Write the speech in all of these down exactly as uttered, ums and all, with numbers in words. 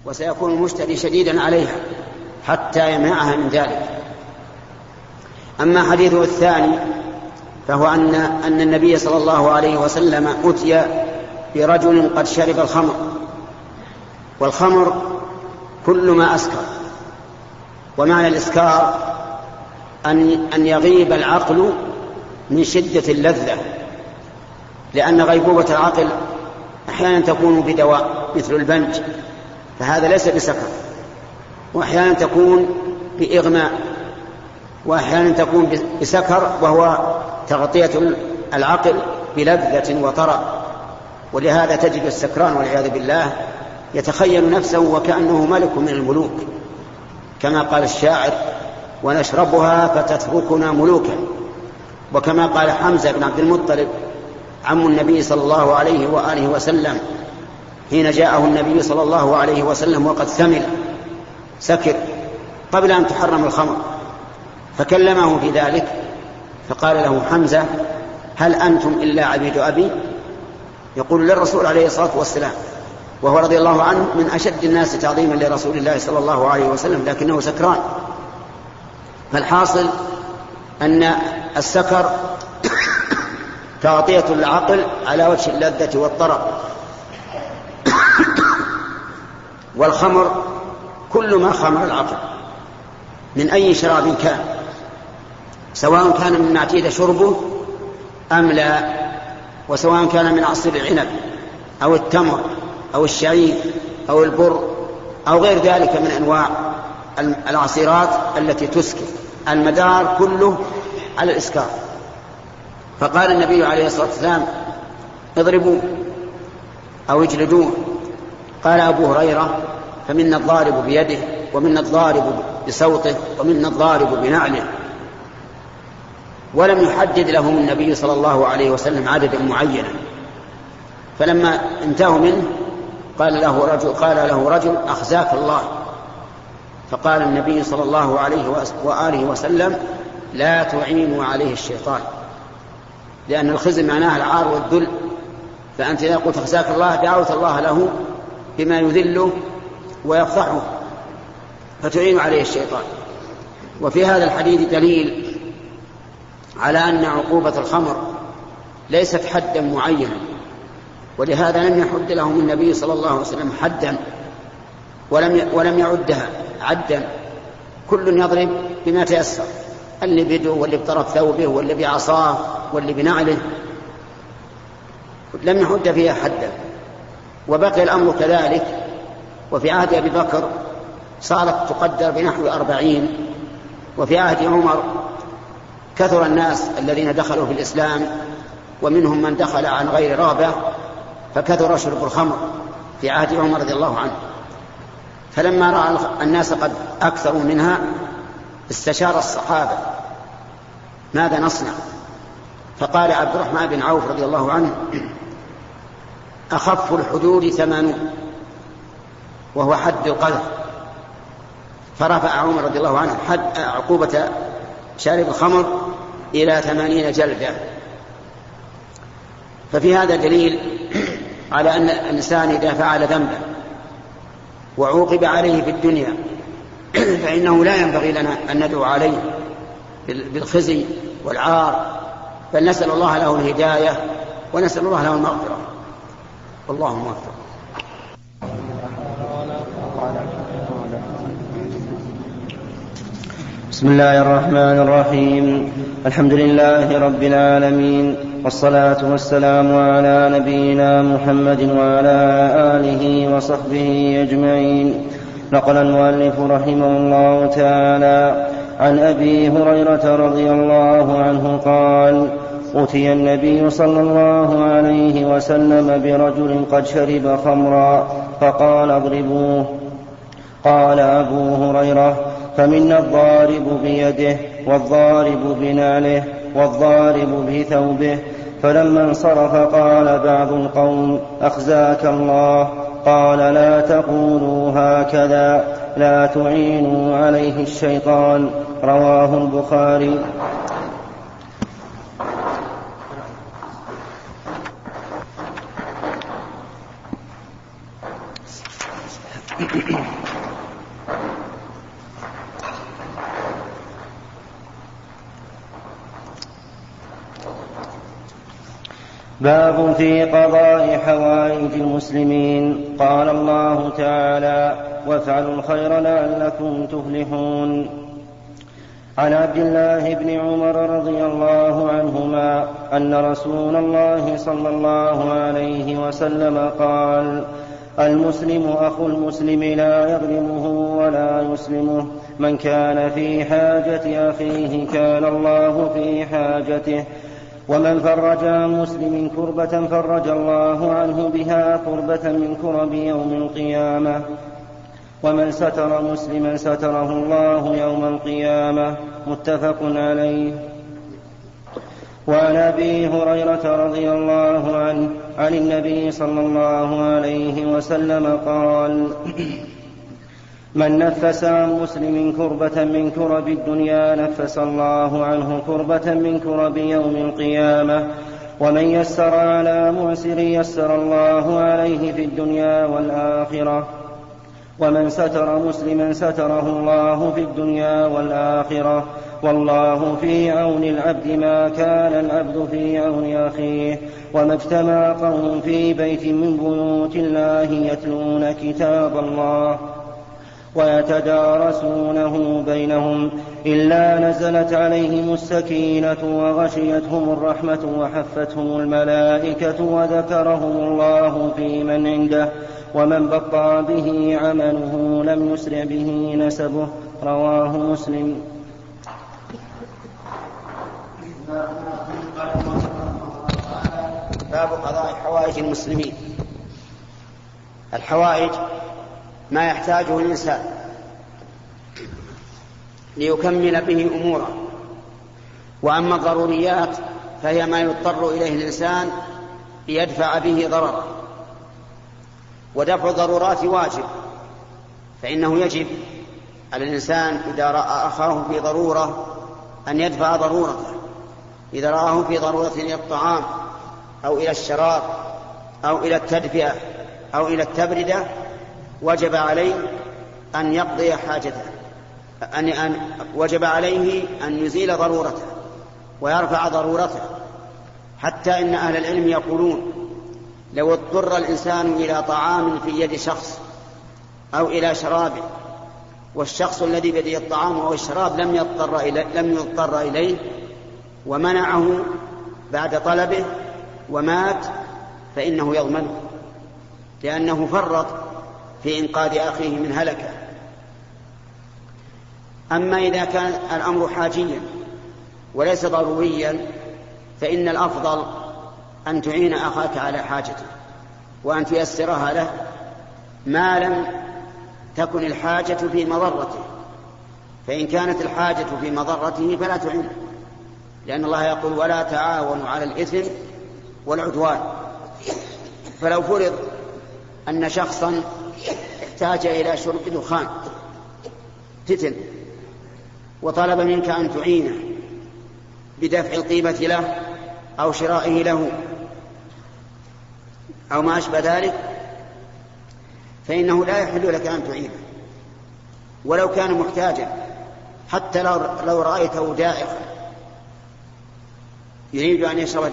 وسيكون المشتري شديدا عليها حتى يمنعها من ذلك. أما حديثه الثاني فهو أن, أن النبي صلى الله عليه وسلم أتي برجل قد شرب الخمر، والخمر كل ما أسكر، ومعنى الإسكار أن, أن يغيب العقل من شدة اللذة، لأن غيبوبة العقل أحيانا تكون بدواء مثل البنج فهذا ليس بسكر، وأحيانا تكون بإغماء، وأحيانا تكون بسكر وهو تغطية العقل بلذة وطرب. ولهذا تجد السكران والعياذ بالله يتخيل نفسه وكأنه ملك من الملوك، كما قال الشاعر: ونشربها فتتركنا ملوكا. وكما قال حمزة بن عبد المطلب عم النبي صلى الله عليه وآله وسلم حين جاءه النبي صلى الله عليه وسلم وقد ثمل سكر قبل أن تحرم الخمر، فكلمه في ذلك فقال له حمزة: هل أنتم إلا عبيد أبي؟ يقول للرسول عليه الصلاة والسلام، وهو رضي الله عنه من أشد الناس تعظيما لرسول الله صلى الله عليه وسلم، لكنه سكران. فالحاصل أن السكر تغطية العقل على وجه اللذة والطرب، والخمر كل ما خمر العقل من أي شراب كان، سواء كان من اعتيد شربه أم لا، وسواء كان من عصير العنب أو التمر أو الشعير أو البر أو غير ذلك من أنواع العصيرات التي تسكر، المدار كله على الإسكار. فقال النبي عليه الصلاة والسلام: اضربوا أو اجلدوه. قال أبو هريرة: فمنا الضارب بيده، ومنا الضارب بصوته، ومنا الضارب بنعله. ولم يحدد لهم النبي صلى الله عليه وسلم عددا معينا. فلما انتهوا منه قال له رجل, قال له رجل: أخزاك الله. فقال النبي صلى الله عليه وآله وسلم: لا تعينوا عليه الشيطان، لأن الخزي معناه العار والذل، فأنت إذا قلت أخزاك الله دعوت الله له بما يذله ويفضحه، فتعين عليه الشيطان. وفي هذا الحديث دليل على أن عقوبة الخمر ليست حدا معينا، ولهذا لم يحد لهم النبي صلى الله عليه وسلم حدا، ولم ولم يعدها عدا، كل يضرب بما تيسر، اللي بيده واللي بطرف ثوبه واللي بعصاه واللي بنعله، لم يحد فيها حدا. وبقي الأمر كذلك. وفي عهد أبي بكر صارت تقدر بنحو أربعين، وفي عهد عمر كثر الناس الذين دخلوا في الإسلام، ومنهم من دخل عن غير رغبة، فكثر شرب الخمر في عهد عمر رضي الله عنه. فلما رأى الناس قد أكثروا منها استشار الصحابة: ماذا نصنع؟ فقال عبد الرحمن بن عوف رضي الله عنه: أخف الحدود ثمانون، وهو حد القذف. فرفع عمر رضي الله عنه حد عقوبة شارب الخمر إلى ثمانين جلدة. ففي هذا دليل على أن الإنسان إذا فعل ذنبا وعوقب عليه في الدنيا فإنه لا ينبغي لنا أن ندعو عليه بالخزي والعار، بل نسأل الله له الهداية ونسأل الله له المغفرة، والله موفق. بسم الله الرحمن الرحيم. الحمد لله رب العالمين، والصلاة والسلام على نبينا محمد وعلى آله وصحبه أجمعين. نقل المؤلف رحمه الله تعالى عن أبي هريرة رضي الله عنه قال: أتي النبي صلى الله عليه وسلم برجل قد شرب خمرا فقال: اضربوه. قال أبو هريرة: فمنا الضارب بيده، والضارب بنعله، والضارب بثوبه. فلما انصرف قال بعض القوم: أخزاك الله. قال: لا تقولوا هكذا، لا تعينوا عليه الشيطان. رواه البخاري. باب في قضاء حوائج المسلمين. قال الله تعالى: وافعلوا الخير لعلكم تفلحون. عن عبد الله بن عمر رضي الله عنهما أن رسول الله صلى الله عليه وسلم قال: المسلم أخو المسلم لا يظلمه ولا يسلمه، من كان في حاجة أخيه كان الله في حاجته، ومن فرج عن مسلم كربة فرج الله عنه بها كربة من كرب يوم القيامة، ومن ستر مسلما ستره الله يوم القيامة. متفق عليه. وعن أبي هريرة رضي الله عنه عن النبي صلى الله عليه وسلم قال: من نفس عن مسلم كربة من كرب الدنيا نفس الله عنه كربة من كرب يوم القيامة، ومن يسر على معسر يسر الله عليه في الدنيا والآخرة، ومن ستر مسلما ستره الله في الدنيا والآخرة، والله في عون العبد ما كان العبد في عون أخيه. وما اجتمع قوم في بيت من بيوت الله يتلون كتاب الله ويتدارسونه بينهم إلا نزلت عليهم السكينة وغشيتهم الرحمة وحفتهم الملائكة وذكرهم الله في من عنده، ومن بطأ به عمله لم يسرع به نسبه. رواه مسلم. باب قضاء حوائج المسلمين. الحوائج ما يحتاجه الإنسان ليكمل به أموره، وأما الضروريات فهي ما يضطر إليه الإنسان ليدفع به ضرره، ودفع الضرورات واجب، فإنه يجب على الإنسان إذا رأى أخاه في ضرورة أن يدفع ضرورته. إذا رآه في ضرورة إلى الطعام أو إلى الشراب أو إلى التدفئة أو إلى التبردة وجب عليه أن يقضي حاجته، أن أن وجب عليه أن يزيل ضرورته ويرفع ضرورته. حتى إن أهل العلم يقولون: لو اضطر الإنسان إلى طعام في يد شخص أو إلى شراب، والشخص الذي بيده الطعام أو الشراب لم يضطر إليه, لم يضطر إليه ومنعه بعد طلبه ومات، فإنه يضمنه، لأنه فرط في إنقاذ أخيه من هلكة. أما إذا كان الأمر حاجيا وليس ضروريا فإن الأفضل أن تعين أخاك على حاجته وأن تيسرها له ما لم تكن الحاجة في مضرته. فإن كانت الحاجة في مضرته فلا تعين، لأن الله يقول: ولا تعاونوا على الإثم والعدوان. فلو فرض أن شخصا احتاج إلى شرب دخان فتن وطلب منك أن تعينه بدفع القيمة له أو شرائه له أو ما أشبه ذلك، فإنه لا يحل لك أن تعينه ولو كان محتاجا، حتى لو رأيته دائقا يريد أن يشرب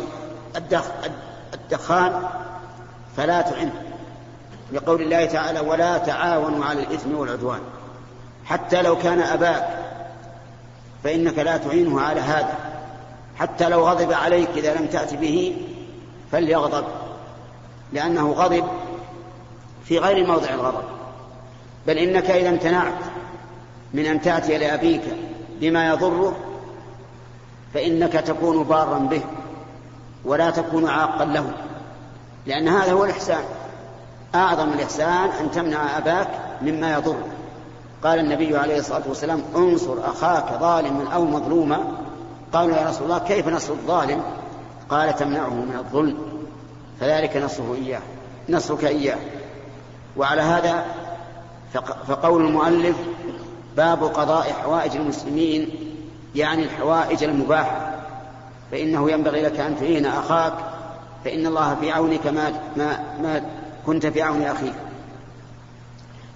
الدخان فلا تعنه، لقول الله تعالى: ولا تعاونوا على الإثم والعدوان. حتى لو كان أباك فإنك لا تعينه على هذا، حتى لو غضب عليك إذا لم تأتي به فليغضب، لأنه غضب في غير موضع الغضب. بل إنك إذا امتنعت من أن تأتي لأبيك بما يضره فإنك تكون بارا به ولا تكون عاقا له، لأن هذا هو الإحسان. أعظم الإحسان أن تمنع أباك مما يضره. قال النبي عليه الصلاة والسلام: انصر أخاك ظالما أو مظلوما. قالوا: يا رسول الله كيف نصر الظالم؟ قال: تمنعه من الظلم، فذلك نصره إياه نصرك إياه. وعلى هذا فقول المؤلف: باب قضاء حوائج المسلمين، يعني الحوائج المباحة، فإنه ينبغي لك أن تعين أخاك، فإن الله في عونك ما, ما, ما كنت في عون أخيك.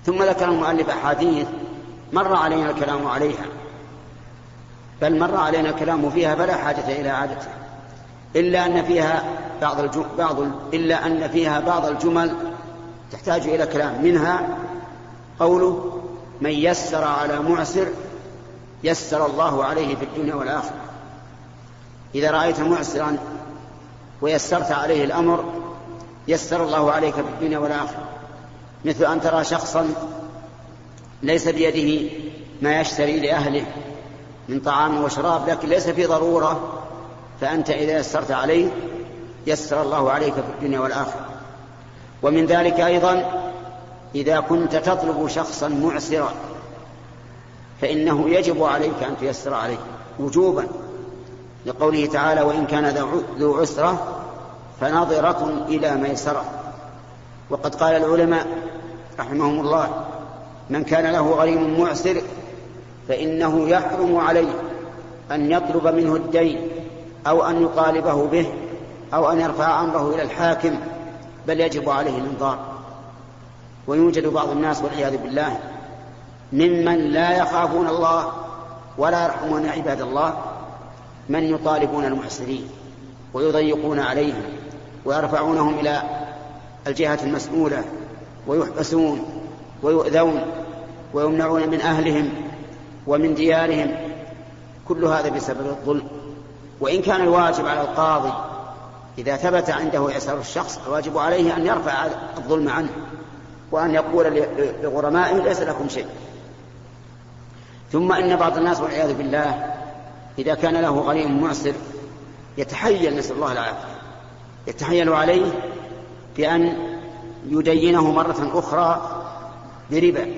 ثم ذكر المؤلف أحاديث مر علينا الكلام عليها، بل مر علينا الكلام فيها فلا حاجة إلى عادتها، إلا أن فيها بعض الجمل بعض إلا أن فيها بعض الجمل تحتاج إلى كلام. منها قوله: من يسر على معسر يسر الله عليه في الدنيا والآخرة. إذا رأيت معسرا ويسرت عليه الأمر يسر الله عليك في الدنيا والآخرة، مثل أن ترى شخصا ليس بيده ما يشتري لأهله من طعام وشراب لكن ليس في ضرورة، فأنت إذا يسرت عليه يسر الله عليك في الدنيا والآخرة. ومن ذلك أيضا إذا كنت تطلب شخصا معسرا فإنه يجب عليك أن تيسر عليه وجوبا، لقوله تعالى: وإن كان ذو عسرة فنظرة إلى ميسرة. وقد قال العلماء رحمهم الله: من كان له غريم معسر فإنه يحرم عليه أن يطلب منه الدين أو أن يطالبه به أو أن يرفع أمره إلى الحاكم، بل يجب عليه الإنظار. ويوجد بعض الناس والعياذ بالله ممن لا يخافون الله ولا يرحمون عباد الله من يطالبون المعسرين ويضيقون عليهم ويرفعونهم إلى الجهة المسؤولة ويحبسون ويؤذون ويمنعون من أهلهم ومن ديارهم، كل هذا بسبب الظلم. وإن كان الواجب على القاضي إذا ثبت عنده إعسار الشخص الواجب عليه أن يرفع الظلم عنه وأن يقول لغرمائه: ليس لكم شيء. ثم إن بعض الناس والعياذ بالله إذا كان له غريم معسر يتحيل، نسأل الله العافية، يتحيل عليه بأن يدينه مرة أخرى بربا،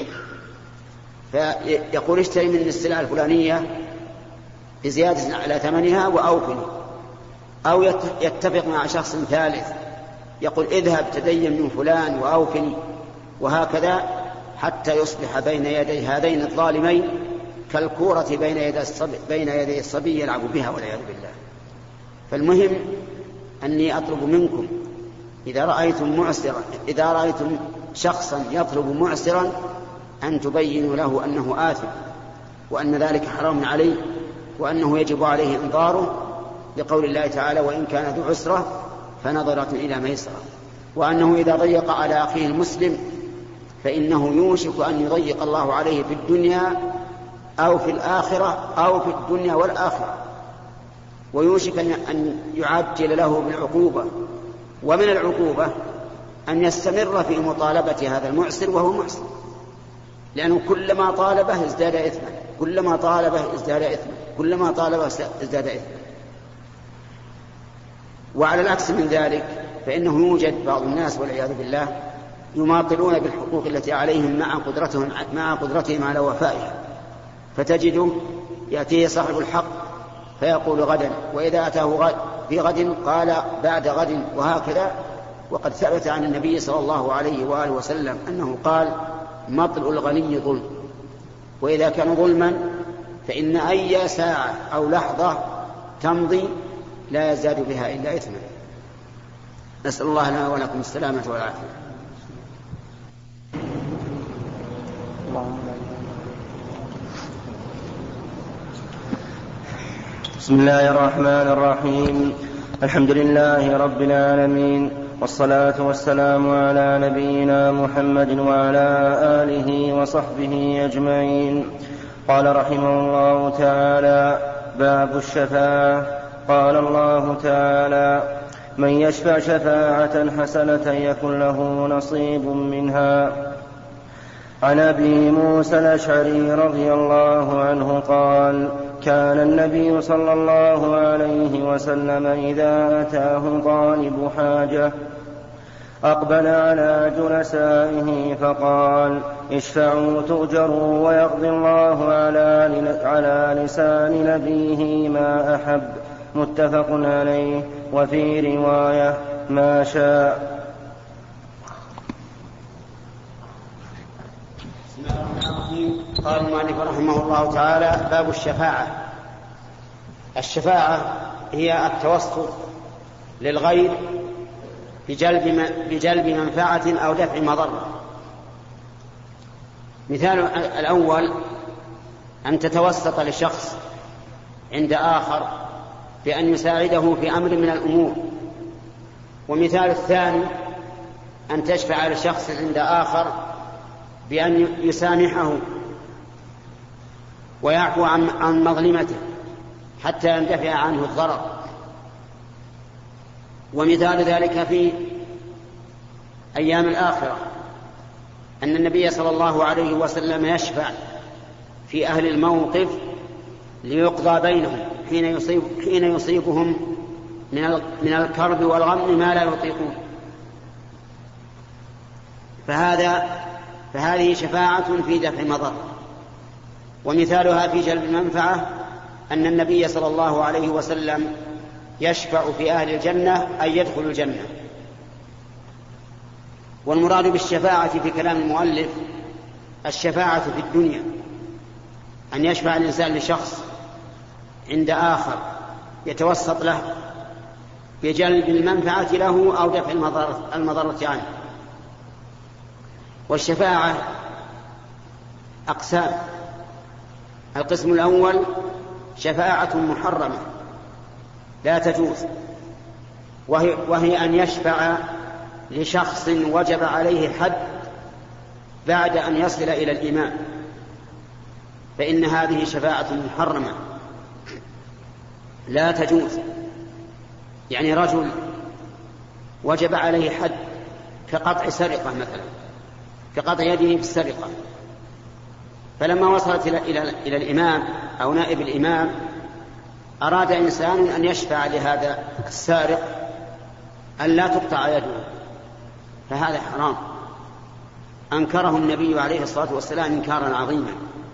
فيقول: اشتري من السلعة الفلانية بزيادة على ثمنها وأوفني. أو يتفق مع شخص ثالث يقول: اذهب تدين من فلان وأوفني، وهكذا حتى يصبح بين يدي هذين الظالمين كالكورة بين يدي الصبي, بين يدي الصبي يلعب بها والعياذ بالله. فالمهم أني أطلب منكم إذا رأيتم معسرا إذا رأيتم شخصا يطلب معسرا أن تبينوا له أنه آثم وأن ذلك حرام عليه وأنه يجب عليه إنظاره، لقول الله تعالى: وإن كان ذو عسرة فنظرة إلى ميسرة. وأنه إذا ضيق على أخيه المسلم فإنه يوشك أن يضيق الله عليه في الدنيا أو في الآخرة أو في الدنيا والآخرة، ويوشك أن يعجل له بالعقوبة. ومن العقوبة أن يستمر في مطالبة هذا المعسر وهو معسر، لأنه كلما طالبه ازداد إثما، كلما طالبه ازداد إثما، كلما طالبه ازداد إثما. وعلى العكس من ذلك فإنه يوجد بعض الناس والعياذ بالله يماطلون بالحقوق التي عليهم مع قدرتهم مع قدرتهم على وفائها، فتجد يأتيه صاحب الحق فيقول غدا، وإذا أتاه غد في غد قال بعد غد، وهكذا. وقد ثبت عن النبي صلى الله عليه وآله وسلم أنه قال: مطل الغني ظلم، وإذا كان ظلما فإن أي ساعة أو لحظة تمضي لا يزداد بها إلا إثما. نسأل الله لنا ولكم السلامة والعافية. بسم الله الرحمن الرحيم. الحمد لله رب العالمين، والصلاة والسلام على نبينا محمد وعلى آله وصحبه أجمعين. قال رحمه الله تعالى: باب الشفاعة. قال الله تعالى: من يشفع شفاعة حسنة يكن له نصيب منها. عن أبي موسى الأشعري رضي الله عنه قال: كان النبي صلى الله عليه وسلم إذا أتاه طالب حاجة أقبل على جلسائه فقال: اشفعوا تؤجروا ويقضي الله على لسان نبيه ما أحب. متفق عليه. وفي رواية: ما شاء. قال المؤلف رحمه الله تعالى: باب الشفاعة. الشفاعة هي التوسط للغير بجلب بجلب منفعة أو دفع مضرة. مثال الأول أن تتوسط لشخص عند آخر بأن يساعده في أمر من الأمور. ومثال الثاني أن تشفع لشخص عند آخر بأن يسامحه ويعفو عن مظلمته حتى يندفع عنه الضرر. ومثال ذلك في أيام الآخرة أن النبي صلى الله عليه وسلم يشفع في أهل الموقف ليقضى بينهم حين يصيب حين يصيبهم من الكرب والغم ما لا يطيقون. فهذا فهذه شفاعة في دفع مضر. ومثالها في جلب المنفعة أن النبي صلى الله عليه وسلم يشفع في أهل الجنة أن يدخلوا الجنة. والمراد بالشفاعة في كلام المؤلف الشفاعة في الدنيا، أن يشفع الإنسان لشخص عند آخر يتوسط له بجلب المنفعة له أو دفع المضرة عنه. والشفاعة أقسام: القسم الأول شفاعة محرمة لا تجوز، وهي, وهي أن يشفع لشخص وجب عليه حد بعد أن يصل إلى الإمام، فإن هذه شفاعة محرمة لا تجوز. يعني رجل وجب عليه حد كقطع سرقة مثلا، كقطع يده في السرقة، فلما وصلت إلى, إلى, إلى الإمام أو نائب الإمام أراد إنسان أن يشفع لهذا السارق أن لا تقطع يده، فهذا حرام، أنكره النبي عليه الصلاة والسلام إنكارا عظيما.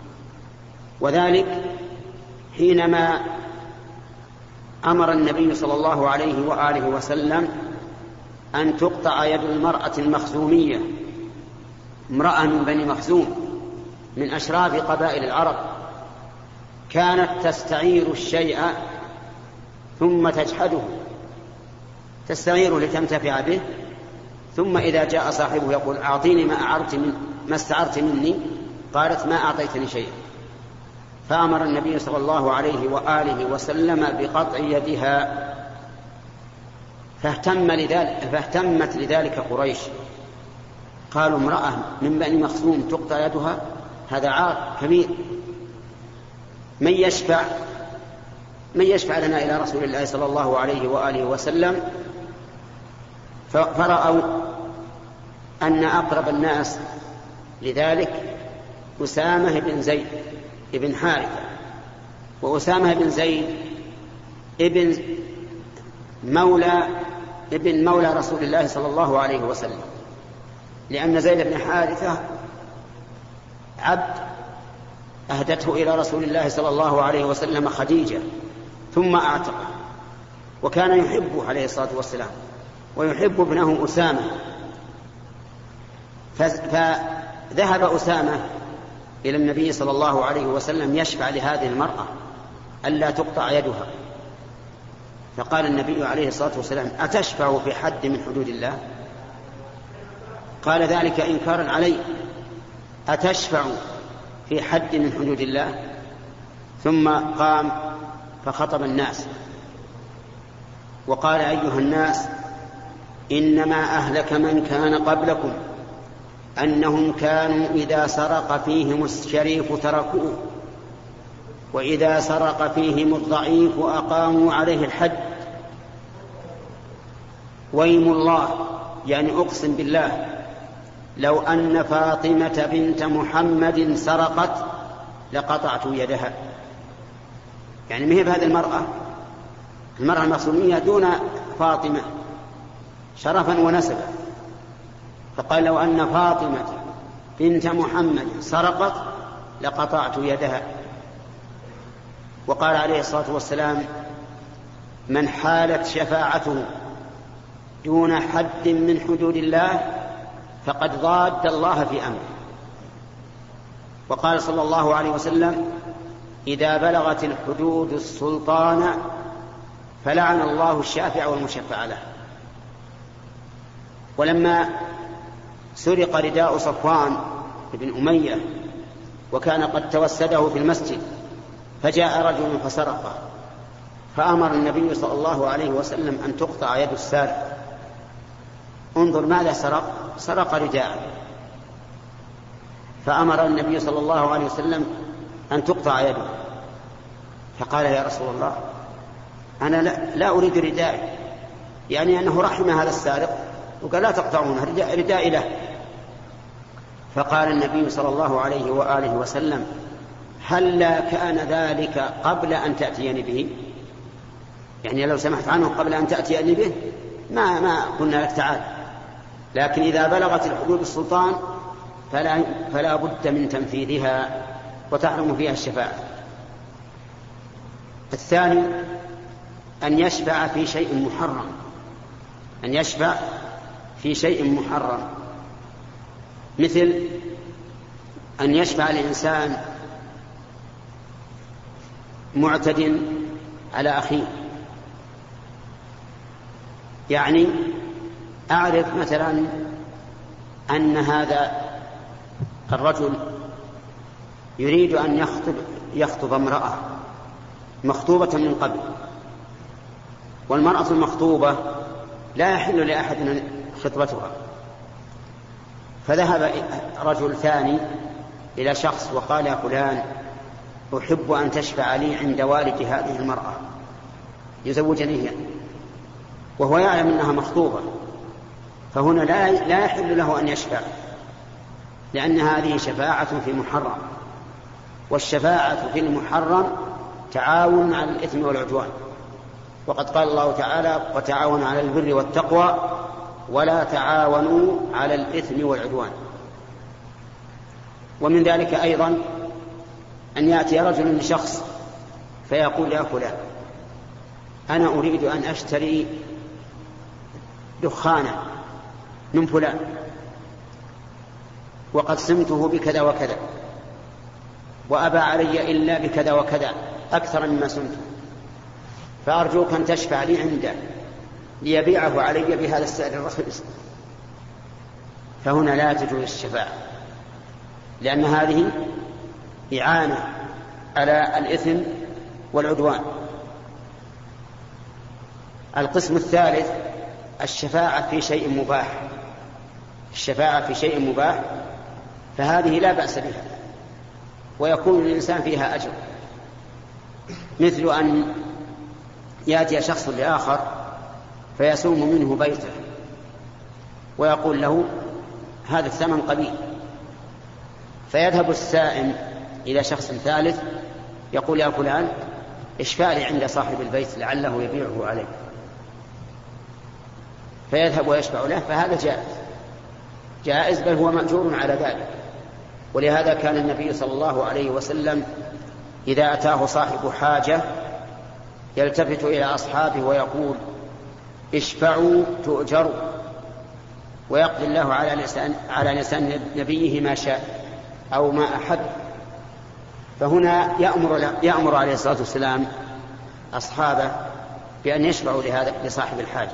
وذلك حينما أمر النبي صلى الله عليه وآله وسلم أن تقطع يد المرأة المخزومية، امرأة من بني مخزوم من أشراف قبائل العرب، كانت تستعير الشيء ثم تجحده، تستعيره لتنتفع به، ثم إذا جاء صاحبه يقول أعطيني ما أعرت من ما استعرت مني، قالت ما أعطيتني شيئا. فأمر النبي صلى الله عليه وآله وسلم بقطع يدها، فاهتم لذلك فاهتمت لذلك قريش، قالوا امرأة من بني مخزوم تقطع يدها، هذا عار كبير، من يشفع من يشفع لنا إلى رسول الله صلى الله عليه وآله وسلم؟ فرأوا أن أقرب الناس لذلك أسامة بن زيد ابن حارثة، وأسامة بن زيد ابن مولى ابن مولى رسول الله صلى الله عليه وسلم، لأن زيد بن حارثة عبد أهدته إلى رسول الله صلى الله عليه وسلم خديجة ثم أعتقه، وكان يحبه عليه الصلاة والسلام ويحب ابنه أسامة. فذهب أسامة إلى النبي صلى الله عليه وسلم يشفع لهذه المرأة ألا تقطع يدها، فقال النبي عليه الصلاة والسلام أتشفع في حد من حدود الله؟ قال ذلك إنكارا عليه، أتشفع في حد من حدود الله؟ ثم قام فخطب الناس وقال أيها الناس إنما أهلك من كان قبلكم أنهم كانوا إذا سرق فيهم الشريف تركوه، وإذا سرق فيهم الضعيف أقاموا عليه الحد. ويم الله، يعني أقسم بالله، لو أن فاطمة بنت محمد سرقت لقطعت يدها. يعني مهب هذه المرأة المرأة المخزومية دون فاطمة شرفا ونسبا، فقال لو أن فاطمة بنت محمد سرقت لقطعت يدها. وقال عليه الصلاة والسلام من حالت شفاعته دون حد من حدود الله فقد ضاد الله في أمره. وقال صلى الله عليه وسلم إذا بلغت الحدود السلطان فلعن الله الشافع والمشفع له. ولما سرق رداء صفوان بن أمية، وكان قد توسده في المسجد، فجاء رجل فسرقه، فأمر النبي صلى الله عليه وسلم أن تقطع يد السارق. انظر ماذا سرق؟ سرق رداء، فأمر النبي صلى الله عليه وسلم أن تقطع يده. فقال يا رسول الله أنا لا, لا أريد ردائي، يعني أنه رحم هذا السارق وقال لا تقطعونه، ردائي له. فقال النبي صلى الله عليه وآله وسلم هلا كان ذلك قبل أن تأتيني به؟ يعني لو سمحت عنه قبل أن تأتيني به ما, ما قلنا لك تعال، لكن إذا بلغت الحدود السلطان فلا, فلا بد من تنفيذها وتحرم فيها الشفاعة. الثاني أن يشفع في شيء محرم، أن يشفع في شيء محرم، مثل أن يشفع الإنسان معتد على أخيه. يعني أعرف مثلا أن هذا الرجل يريد أن يخطب, يخطب امرأة مخطوبة من قبل، والمرأة المخطوبة لا يحل لأحد خطبتها، فذهب رجل ثاني إلى شخص وقال يا فلان أحب أن تشفع لي عند والد هذه المرأة يزوجنيها، وهو يعلم أنها مخطوبة، فهنا لا, لا يحل له أن يشفع، لأن هذه شفاعة في محرم، والشفاعة في المحرم تعاون على الإثم والعدوان، وقد قال الله تعالى وتعاونوا على البر والتقوى ولا تعاونوا على الإثم والعدوان. ومن ذلك أيضا أن يأتي رجل لشخص فيقول يا فلان أنا أريد أن أشتري دخانا من فلان وقد سمته بكذا وكذا وأبى علي إلا بكذا وكذا أكثر مما سمته، فأرجوك أن تشفع لي عنده ليبيعه علي بهذا السعر الرخيص. فهنا لا تجوز الشفاعة، لأن هذه إعانة على الإثم والعدوان. القسم الثالث الشفاعة في شيء مباح. الشفاعة في شيء مباح فهذه لا بأس بها ويكون الإنسان فيها أجر، مثل أن يأتي شخص لآخر فيسوم منه بيته ويقول له هذا الثمن قليل، فيذهب السائم إلى شخص ثالث يقول يا فلان اشفع لي عند صاحب البيت لعله يبيعه عليه، فيذهب ويشفع له، فهذا جائز جائز بل هو مأجور على ذلك. ولهذا كان النبي صلى الله عليه وسلم إذا أتاه صاحب حاجة يلتفت إلى أصحابه ويقول اشفعوا تؤجروا، ويقضي الله على لسان, على لسان نبيه ما شاء أو ما أحب. فهنا يأمر, يأمر عليه الصلاة والسلام أصحابه بأن يشفعوا لهذا لصاحب الحاجة.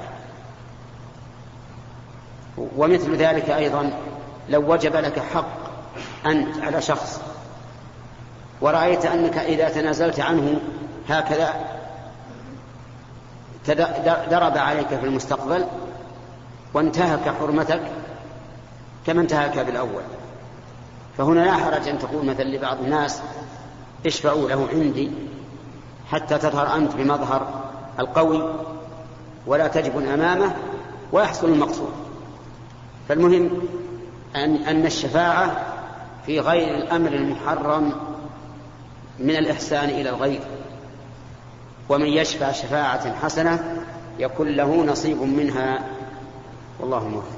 ومثل ذلك أيضا لو وجب لك حق أنت على شخص ورأيت أنك إذا تنازلت عنه هكذا درب عليك في المستقبل وانتهك حرمتك كما انتهك بالأول، فهنا لا حرج أن تقول مثلا لبعض الناس اشفعوا له عندي حتى تظهر أنت بمظهر القوي ولا تجبن أمامه ويحصل المقصود. فالمهم أن, أن الشفاعة في غير الأمر المحرم من الإحسان إلى الغير، ومن يشفع شفاعة حسنة يكون له نصيب منها، والله موفق.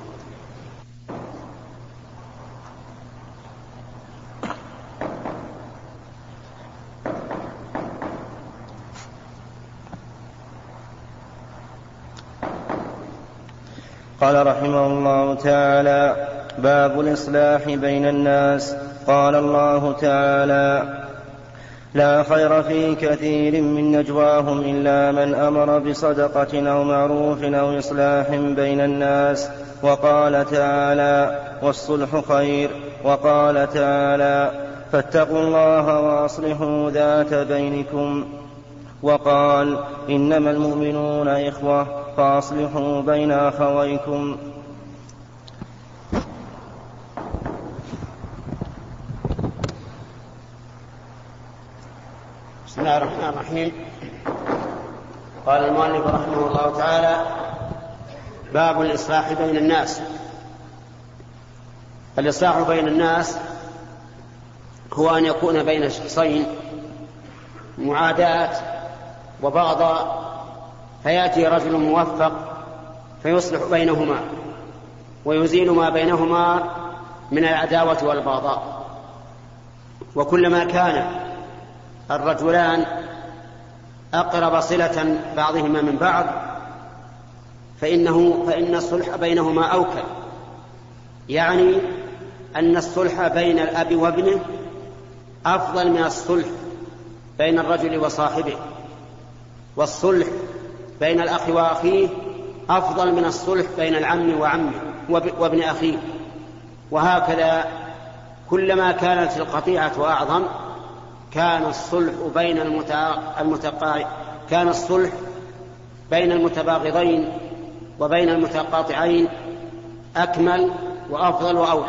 قال رحمه الله تعالى: باب الإصلاح بين الناس. قال الله تعالى: لا خير في كثير من نجواهم إلا من أمر بصدقة أو معروف أو إصلاح بين الناس. وقال تعالى: والصلح خير. وقال تعالى فاتقوا الله وأصلحوا ذات بينكم، وقال إنما المؤمنون إخوة فأصلحوا بين أخويكم. بسم الله الرحمن الرحيم. قال المؤلف رحمه الله تعالى باب الإصلاح بين الناس. الإصلاح بين الناس هو أن يكون بين شخصين معاداة وبغضاء، فيأتي رجل موفق فيصلح بينهما ويزيل ما بينهما من العداوة والبغضاء. وكلما كان الرجلان أقرب صلة بعضهما من بعض فإنه فإن الصلح بينهما أوكل، يعني أن الصلح بين الأب وابنه أفضل من الصلح بين الرجل وصاحبه، والصلح بين الأخ وأخيه أفضل من الصلح بين العم وعمه وابن أخيه. وهكذا كلما كانت القطيعة أعظم كان الصلح بين المتقا... كان الصلح بين المتباغضين وبين المتقاطعين أكمل وأفضل وأولى.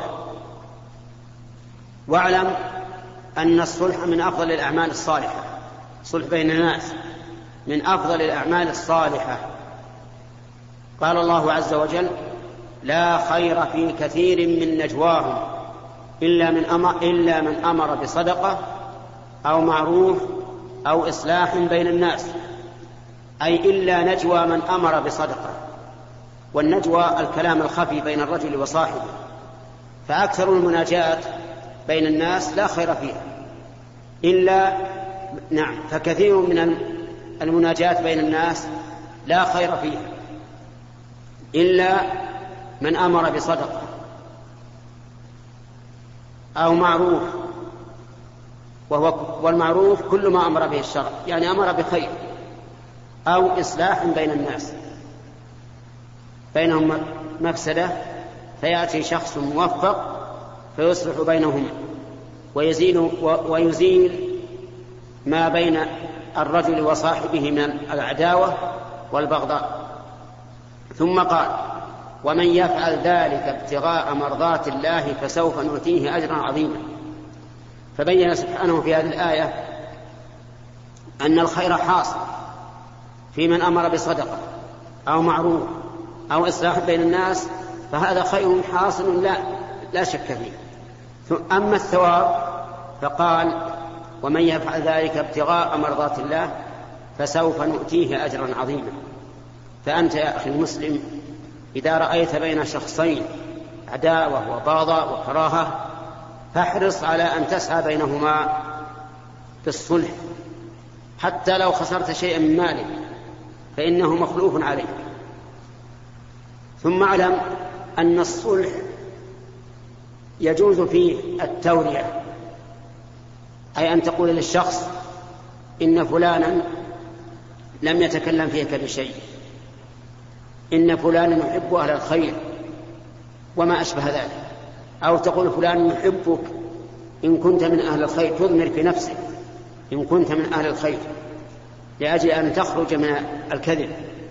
واعلم أن الصلح من أفضل الأعمال الصالحة، صلح بين الناس من أفضل الأعمال الصالحة. قال الله عز وجل لا خير في كثير من نجواهم إلا من أمر, إلا من أمر بصدقة أو معروف أو إصلاح بين الناس، أي إلا نجوى من أمر بصدقة. والنجوى الكلام الخفي بين الرجل وصاحبه، فأكثر المناجات بين الناس لا خير فيها إلا نعم فكثير من المناجات بين الناس لا خير فيها إلا من أمر بصدقة أو معروف، وهو والمعروف كل ما أمر به الشرع، يعني أمر بخير، أو إصلاح بين الناس بينهم مفسدة فيأتي شخص موفق فيصلح بينهم ويزيل, ويزيل ما بين الرجل وصاحبه من العداوة والبغضاء. ثم قال ومن يفعل ذلك ابتغاء مرضات الله فسوف نؤتيه أجرا عظيما. فبين سبحانه في هذه الآية أن الخير حاصل في من أمر بصدقة أو معروف أو إصلاح بين الناس، فهذا خير حاصل لا, لا شك فيه. أما الثواب فقال ومن يفعل ذلك ابتغاء مرضات الله فسوف نؤتيه أجرا عظيما. فأنت يا أخي المسلم إذا رأيت بين شخصين عداوة وبغضاء وكراهة فاحرص على أن تسعى بينهما بالصلح، حتى لو خسرت شيئا من مالك فإنه مخلوف عليه. ثم اعلم أن الصلح يجوز فيه التورية، أي أن تقول للشخص إن فلانا لم يتكلم فيك بشيء، إن فلانا يحب أهل الخير وما أشبه ذلك، أو تقول فلان يحبك إن كنت من أهل الخير، تضمر في نفسك إن كنت من أهل الخير لأجل أن تخرج من الكذب.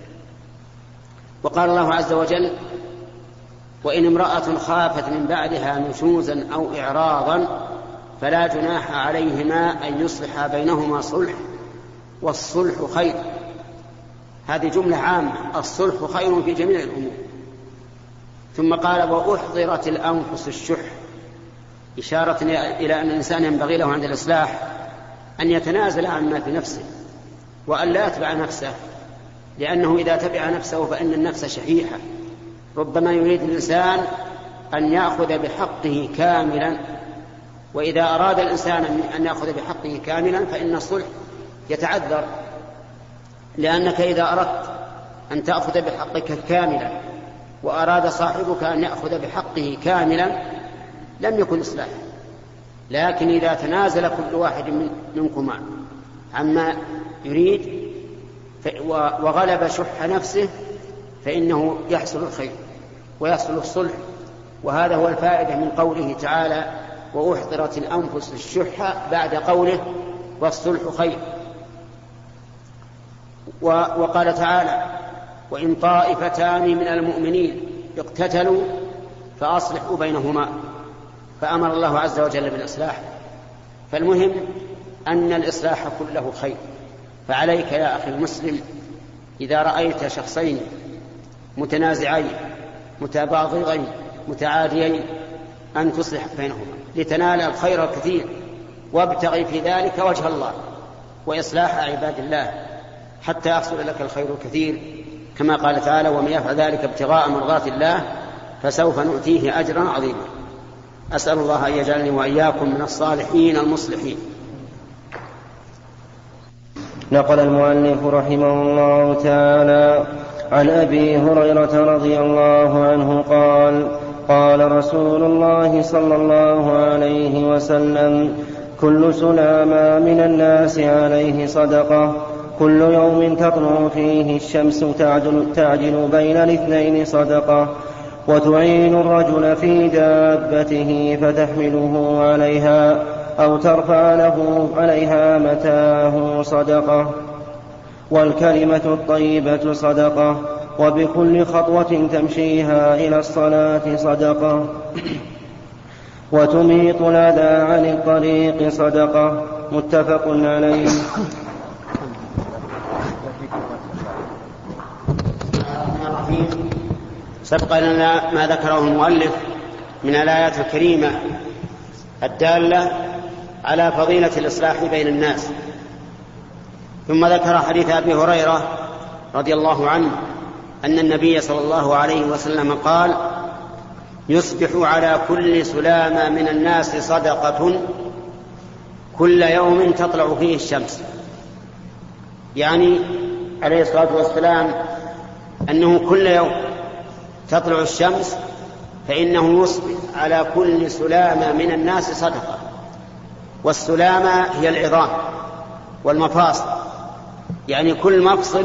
وقال الله عز وجل وإن امرأة خافت من بعدها نشوزا أو إعراضا فلا جناح عليهما أن يصلحا بينهما صلح والصلح خير. هذه جملة عامة، الصلح خير في جميع الأمور. ثم قال وأحضرت الأنفس الشح، إشارة إلى أن الإنسان ينبغي له عند الإصلاح أن يتنازل عما في نفسه وأن لا يتبع نفسه، لأنه إذا تبع نفسه فإن النفس شحيحة، ربما يريد الإنسان أن يأخذ بحقه كاملا، وإذا أراد الإنسان أن يأخذ بحقه كاملا فإن الصلح يتعذر، لأنك إذا أردت أن تأخذ بحقك كاملا وأراد صاحبك أن يأخذ بحقه كاملا لم يكن إصلاح. لكن إذا تنازل كل واحد منكما عما يريد وغلب شح نفسه فإنه يحصل الخير ويحصل الصلح وهذا هو الفائدة من قوله تعالى وأحضرت الأنفس الشح بعد قوله والصلح خير. وقال تعالى وإن طائفتان من المؤمنين اقتتلوا فأصلحوا بينهما، فأمر الله عز وجل بالإصلاح. فالمهم أن الإصلاح كله خير. فعليك يا أخي المسلم إذا رأيت شخصين متنازعين متباغضين متعاديين أن تصلح بينهما لتنال الخير الكثير، وابتغي في ذلك وجه الله وإصلاح عباد الله حتى يحصل لك الخير الكثير، كما قال تعالى ومن يفعل ذلك ابتغاء مرضات الله فسوف نؤتيه أجرا عظيما. أسأل الله أن يجعلني وإياكم من الصالحين المصلحين. نقل المؤلف رحمه الله تعالى عن أبي هريرة رضي الله عنه قال قال رسول الله صلى الله عليه وسلم كل سلامة من الناس عليه صدقة، كل يوم تطلع فيه الشمس تعدل, تعدل بين الاثنين صدقة، وتعين الرجل في دابته فتحمله عليها أو ترفع له عليها متاعه صدقة، والكلمة الطيبة صدقة، وبكل خطوة تمشيها إلى الصلاة صدقة، وتميط الأذى عن الطريق صدقة. متفق عليه. سبق لنا ما ذكره المؤلف من الآيات الكريمة الدالة على فضيلة الإصلاح بين الناس، ثم ذكر حديث أبي هريرة رضي الله عنه أن النبي صلى الله عليه وسلم قال يصبح على كل سلامة من الناس صدقة كل يوم تطلع فيه الشمس، يعني عليه الصلاة والسلام أنه كل يوم تطلع الشمس فإنه يصبح على كل سلامة من الناس صدقة. والسلامة هي العظام والمفاصل، يعني كل مفصل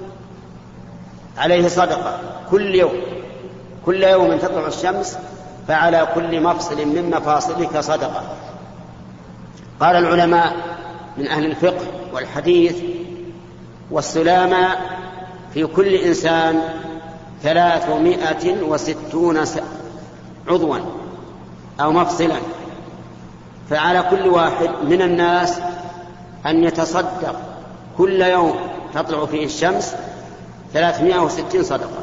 عليه صدقة كل يوم، كل يوم تطلع الشمس فعلى كل مفصل من مفاصلك صدقة. قال العلماء من أهل الفقه والحديث والسلامة في كل إنسان ثلاثمائة وستون عضوا أو مفصلا، فعلى كل واحد من الناس أن يتصدق كل يوم تطلع فيه الشمس ثلاثمائة وستين صدقة.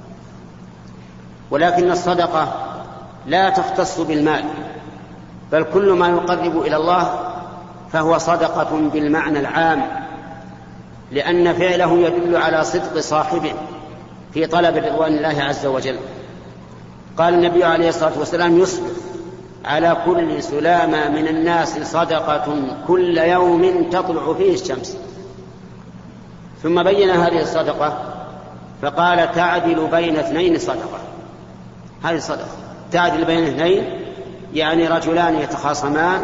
ولكن الصدقة لا تختص بالمال، بل كل ما يقرب إلى الله فهو صدقة بالمعنى العام، لأن فعله يدل على صدق صاحبه في طلب رضوان الله عز وجل. قال النبي عليه الصلاة والسلام يصبح على كل سلامة من الناس صدقة كل يوم تطلع فيه الشمس. ثم بين هذه الصدقة فقال تعدل بين اثنين صدقة. هذه صدقة تعدل بين اثنين، يعني رجلان يتخاصمان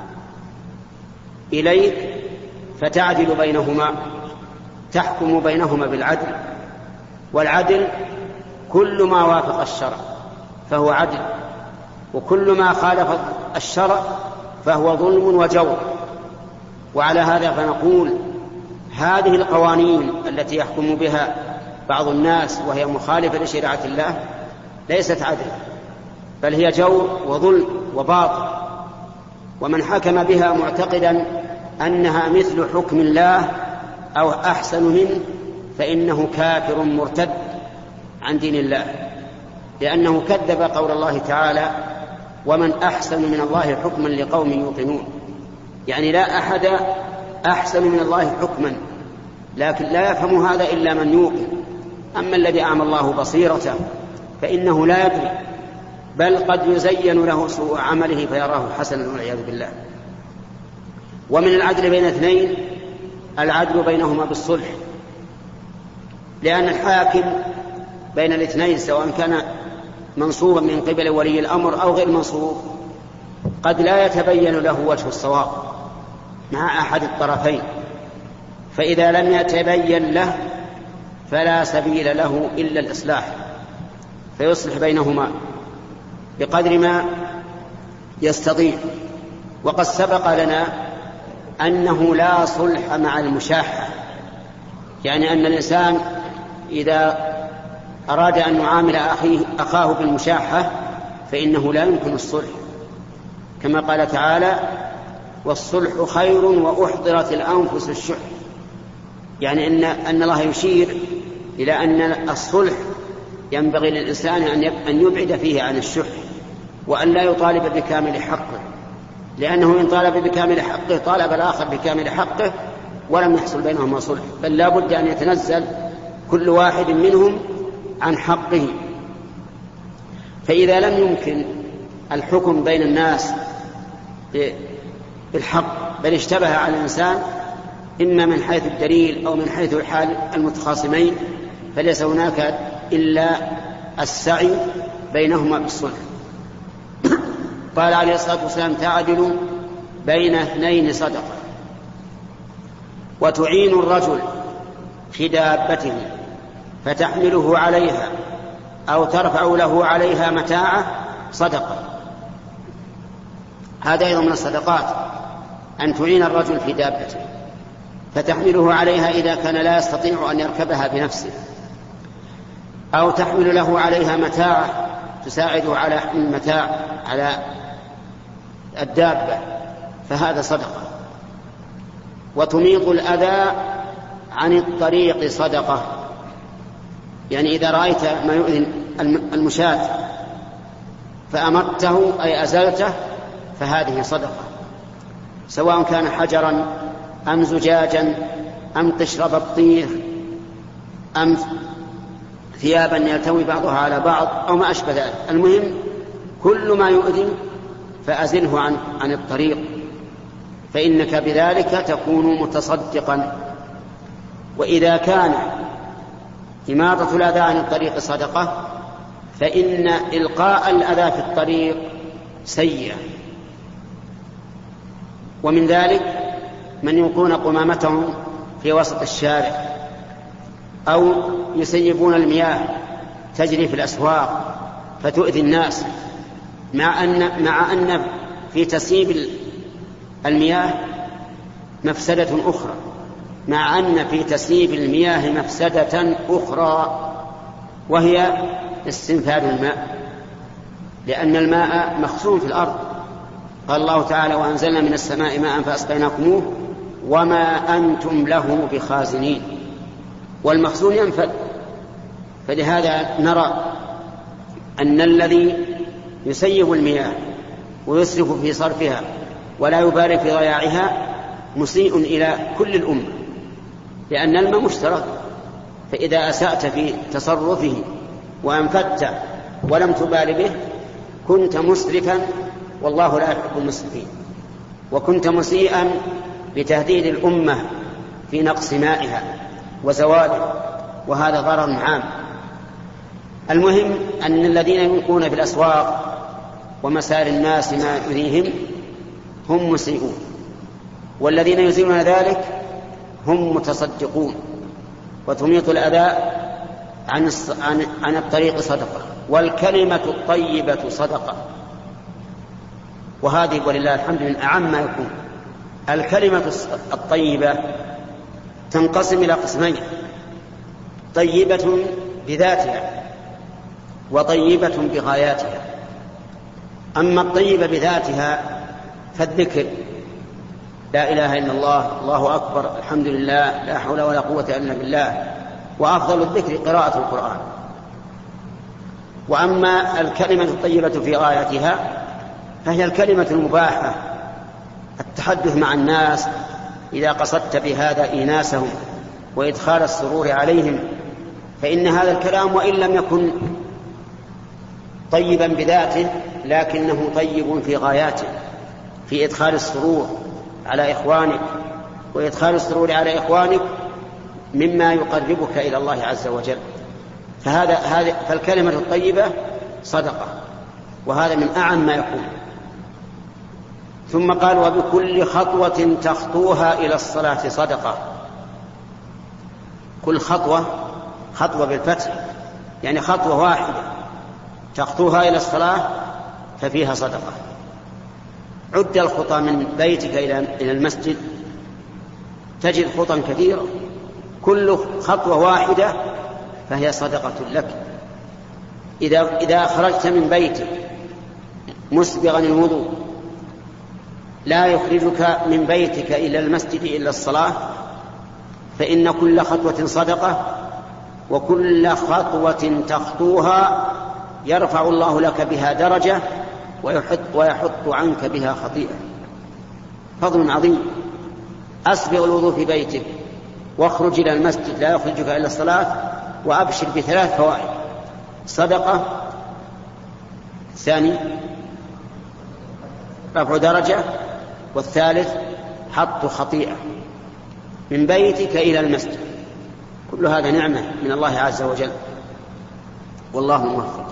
إليك فتعدل بينهما، تحكم بينهما بالعدل. والعدل كل ما وافق الشرع فهو عدل، وكل ما خالف الشرع فهو ظلم وجور. وعلى هذا فنقول هذه القوانين التي يحكم بها بعض الناس وهي مخالفة لشريعة الله ليست عدل، بل هي جور وظلم وباطل. ومن حكم بها معتقدا أنها مثل حكم الله أو أحسن منه فإنه كافر مرتد عن دين الله، لأنه كذب قول الله تعالى ومن أحسن من الله حكما لقوم يوقنون. يعني لا أحد أحسن من الله حكما، لكن لا يفهم هذا إلا من يوقن. أما الذي أعمى الله بصيرته فإنه لا يدري، بل قد يزين له سوء عمله فيراه حسنا والعياذ بالله. ومن العدل بين اثنين العدل بينهما بالصلح، لأن الحاكم بين الاثنين سواء كان منصوبا من قبل ولي الأمر أو غير منصوب قد لا يتبين له وجه الصواب مع أحد الطرفين، فإذا لم يتبين له فلا سبيل له إلا الإصلاح، فيصلح بينهما بقدر ما يستطيع. وقد سبق لنا أنه لا صلح مع المشاحة، يعني أن الإنسان إذا أراد أن يعامل أخيه أخاه بالمشاحة فإنه لا يمكن الصلح، كما قال تعالى: والصلح خير وأحضرت الأنفس الشح. يعني أن, أن الله يشير إلى أن الصلح ينبغي للإنسان أن يبعد فيه عن الشح، وأن لا يطالب بكامل حقه، لأنه إن طالب بكامل حقه طالب الآخر بكامل حقه ولم يحصل بينهما صلح، بل لا بد أن يتنزل كل واحد منهم عن حقه. فإذا لم يمكن الحكم بين الناس بالحق بل اشتبه على الإنسان إما من حيث الدليل أو من حيث حال المتخاصمين، فليس هناك إلا السعي بينهما بالصلح. قال عليه الصلاة والسلام: تعدل بين اثنين صدقة. وتعين الرجل في دابته فتحمله عليها أو ترفع له عليها متاعه صدقة. هذا أيضا من الصدقات، أن تعين الرجل في دابته فتحمله عليها إذا كان لا يستطيع أن يركبها بنفسه، أو تحمل له عليها متاعه تساعده على حمل المتاع على الدابة، فهذا صدقة. وتميط الأذى عن الطريق صدقة، يعني إذا رأيت ما يؤذي المشاة فأمرته أي أزلته فهذه صدقة، سواء كان حجرا أم زجاجا أم قشر بطيخ أم ثيابا يلتوي بعضها على بعض أو ما أشبه ذلك. المهم كل ما يؤذي فأزله عن, عن الطريق، فإنك بذلك تكون متصدقا. وإذا كان إماطة الأذى عن الطريق صدقة فإن إلقاء الأذى في الطريق سيئة. ومن ذلك من يلقون قمامتهم في وسط الشارع، أو يسيبون المياه تجري في الأسواق فتؤذي الناس، مع أن, مع أن في تسييب المياه مفسدة أخرى، مع أن في تسييب المياه مفسدة أخرى وهي استنفاد الماء، لأن الماء مخزون في الأرض. قال الله تعالى: وأنزلنا من السماء ماء فأسقيناكموه وما أنتم له بخازنين. والمخزون ينفد. فلهذا نرى أن الذي يسيب المياه ويسرف في صرفها ولا يبالي في ضياعها مسيء إلى كل الأمة، لأن الماء مشترك، فإذا أسأت في تصرفه وأنفدت ولم تبال به كنت مسرفا، والله لا يحب المسرفين، وكنت مسيئا بتهديد الأمة في نقص مائها وزواله، وهذا ضرر عام. المهم أن الذين يلقون في الأسواق ومسار الناس ما يؤذيهم هم مسيئون، والذين يزيلون ذلك هم متصدقون. وتميط الأذى عن, عن, عن الطريق صدقة. والكلمة الطيبة صدقة، وهذه ولله الحمد من أعم ما يكون. الكلمة الطيبة تنقسم إلى قسمين: طيبة بذاتها وطيبة بغاياتها. أما الطيبة بذاتها فالذكر: لا إله إلا الله، الله أكبر، الحمد لله، لا حول ولا قوة إلا بالله. وأفضل الذكر قراءة القرآن. وأما الكلمة الطيبة في غايتها فهي الكلمة المباحة، التحدث مع الناس إذا قصدت بهذا إيناسهم وإدخال السرور عليهم، فإن هذا الكلام وإن لم يكن طيبا بذاته لكنه طيب في غاياته، في إدخال السرور على إخوانك، وإدخال السرور على إخوانك مما يقربك إلى الله عز وجل. فهذا هذا فالكلمة الطيبة صدقة، وهذا من أعم ما يكون. ثم قال: وبكل خطوة تخطوها إلى الصلاة صدقة. كل خطوة، خطوة بالفتح، يعني خطوة واحدة تخطوها إلى الصلاة ففيها صدقة. عد الخطى من بيتك إلى المسجد تجد خطى كثيرة، كل خطوة واحدة فهي صدقة لك. إذا, إذا خرجت من بيتك مسبغا الوضوء لا يخرجك من بيتك إلى المسجد إلا الصلاة، فإن كل خطوة صدقة، وكل خطوة تخطوها يرفع الله لك بها درجة ويحط, ويحط عنك بها خطيئة. فضل عظيم. أسبغ الوضوء في بيتك واخرج إلى المسجد لا يخرجك إلا الصلاة، وأبشر بثلاث فوائد: صدقة، الثاني رفع درجة، والثالث حط خطيئة من بيتك إلى المسجد. كل هذا نعمة من الله عز وجل، والله موفق.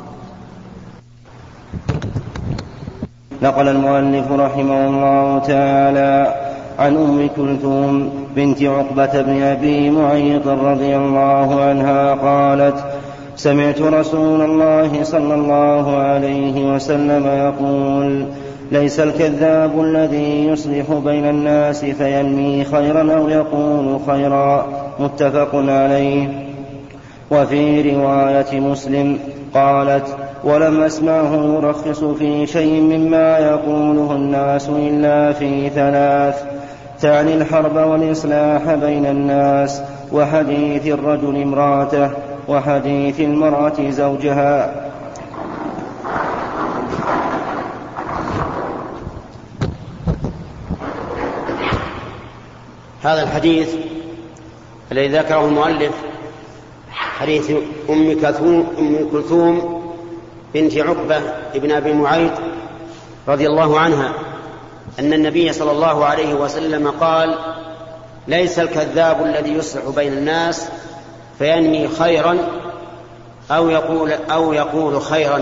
نقل المؤلف رحمه الله تعالى عن أم كلثوم بنت عقبة بن أبي معيط رضي الله عنها قالت: سمعت رسول الله صلى الله عليه وسلم يقول: ليس الكذاب الذي يصلح بين الناس فينمي خيرا أو يقول خيرا. متفق عليه. وفي رواية مسلم قالت: ولم أسمعه يرخص في شيء مما يقوله الناس إلا في ثلاث، تعني الحرب والإصلاح بين الناس، وحديث الرجل امرأته، وحديث المرأة زوجها. هذا الحديث الذي ذكره المؤلف حديث أم كلثوم, أم كلثوم بنت عقبة ابن أبي معيط رضي الله عنها أن النبي صلى الله عليه وسلم قال: ليس الكذاب الذي يصلح بين الناس فينمي خيرا أو يقول, أو يقول خيرا.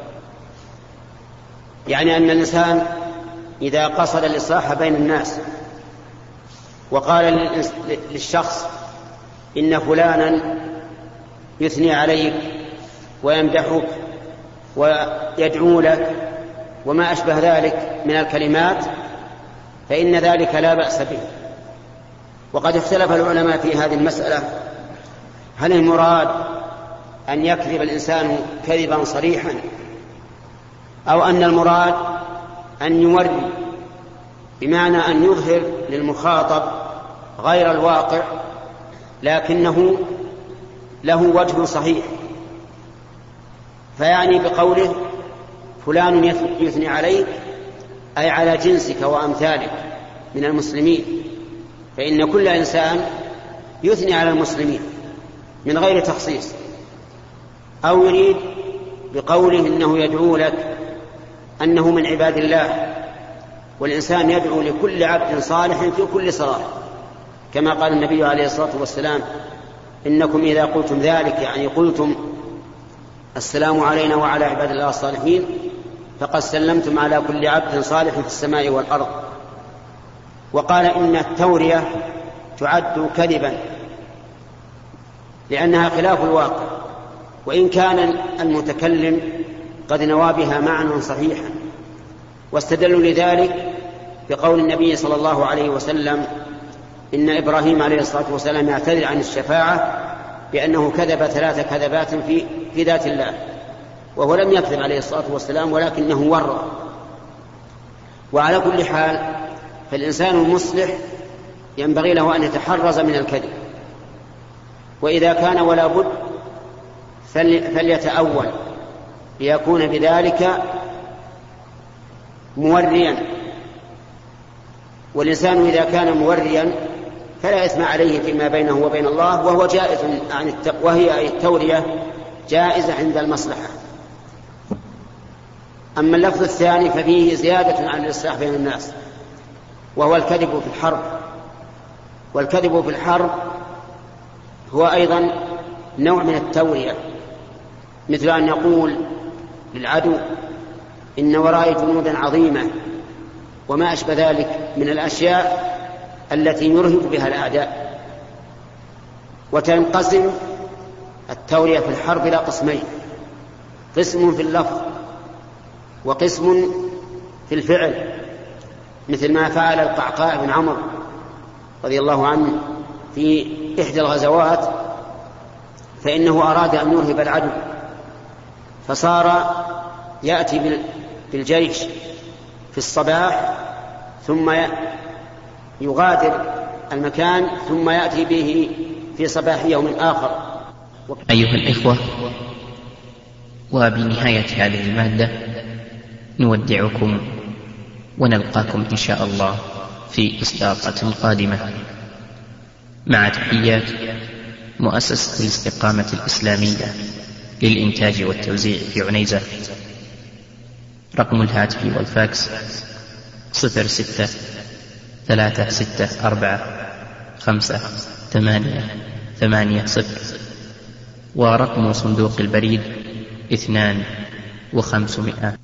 يعني أن الإنسان إذا قصد الإصلاح بين الناس وقال للشخص: إن فلانا يثني عليك ويمدحك ويدعو لك وما أشبه ذلك من الكلمات، فإن ذلك لا بأس به. وقد اختلف العلماء في هذه المسألة: هل المراد أن يكذب الإنسان كذبا صريحا، أو أن المراد أن يوري، بمعنى أن يظهر للمخاطب غير الواقع لكنه له وجه صحيح، فيعني بقوله فلان يثني عليك أي على جنسك وأمثالك من المسلمين، فإن كل إنسان يثني على المسلمين من غير تخصيص. أو يريد بقوله إنه يدعو لك أنه من عباد الله، والإنسان يدعو لكل عبد صالح في كل صلاة، كما قال النبي عليه الصلاة والسلام: إنكم إذا قلتم ذلك، يعني قلتم السلام علينا وعلى عباد الله الصالحين، فقد سلمتم على كل عبد صالح في السماء والأرض. وقال إن التورية تعد كذبا لأنها خلاف الواقع، وإن كان المتكلم قد نوى بها معنى صحيحا. واستدلوا لذلك بقول النبي صلى الله عليه وسلم: إن إبراهيم عليه الصلاة والسلام يعتذر عن الشفاعة بأنه كذب ثلاث كذبات في, في ذات الله، وهو لم يكذب عليه الصلاة والسلام ولكنه ورى. وعلى كل حال فالإنسان المصلح ينبغي له أن يتحرز من الكذب، وإذا كان ولا بد فليتأول ليكون بذلك موريا. والإنسان إذا كان موريا فلا إثم عليه فيما بينه وبين الله، وهو جائز عن الت... وهي التورية جائزة عند المصلحة. أما اللفظ الثاني ففيه زيادة عن الإصلاح بين الناس، وهو الكذب في الحرب. والكذب في الحرب هو أيضا نوع من التورية، مثل أن يقول للعدو: إن ورائي جنودا عظيمة، وما أشبه ذلك من الأشياء التي يرهب بها الأعداء. وتنقسم التورية في الحرب إلى قسمين: قسم في اللفظ وقسم في الفعل، مثل ما فعل القعقاع بن عمرو رضي الله عنه في إحدى الغزوات، فإنه أراد أن يرهب العدو، فصار يأتي بالجيش في الصباح ثم يغادر المكان ثم يأتي به في صباح يوم آخر. أيها الإخوة، وبنهاية هذه المادة نودعكم ونلقاكم إن شاء الله في إسلاقة قادمة، مع تحيات مؤسسة الاستقامة الإسلامية للإنتاج والتوزيع في عنيزة. رقم الهاتف والفاكس صفر ستة ثلاثة ستة أربعة خمسة ثمانية ثمانية صفر، ورقم صندوق البريد اثنان وخمسمائة.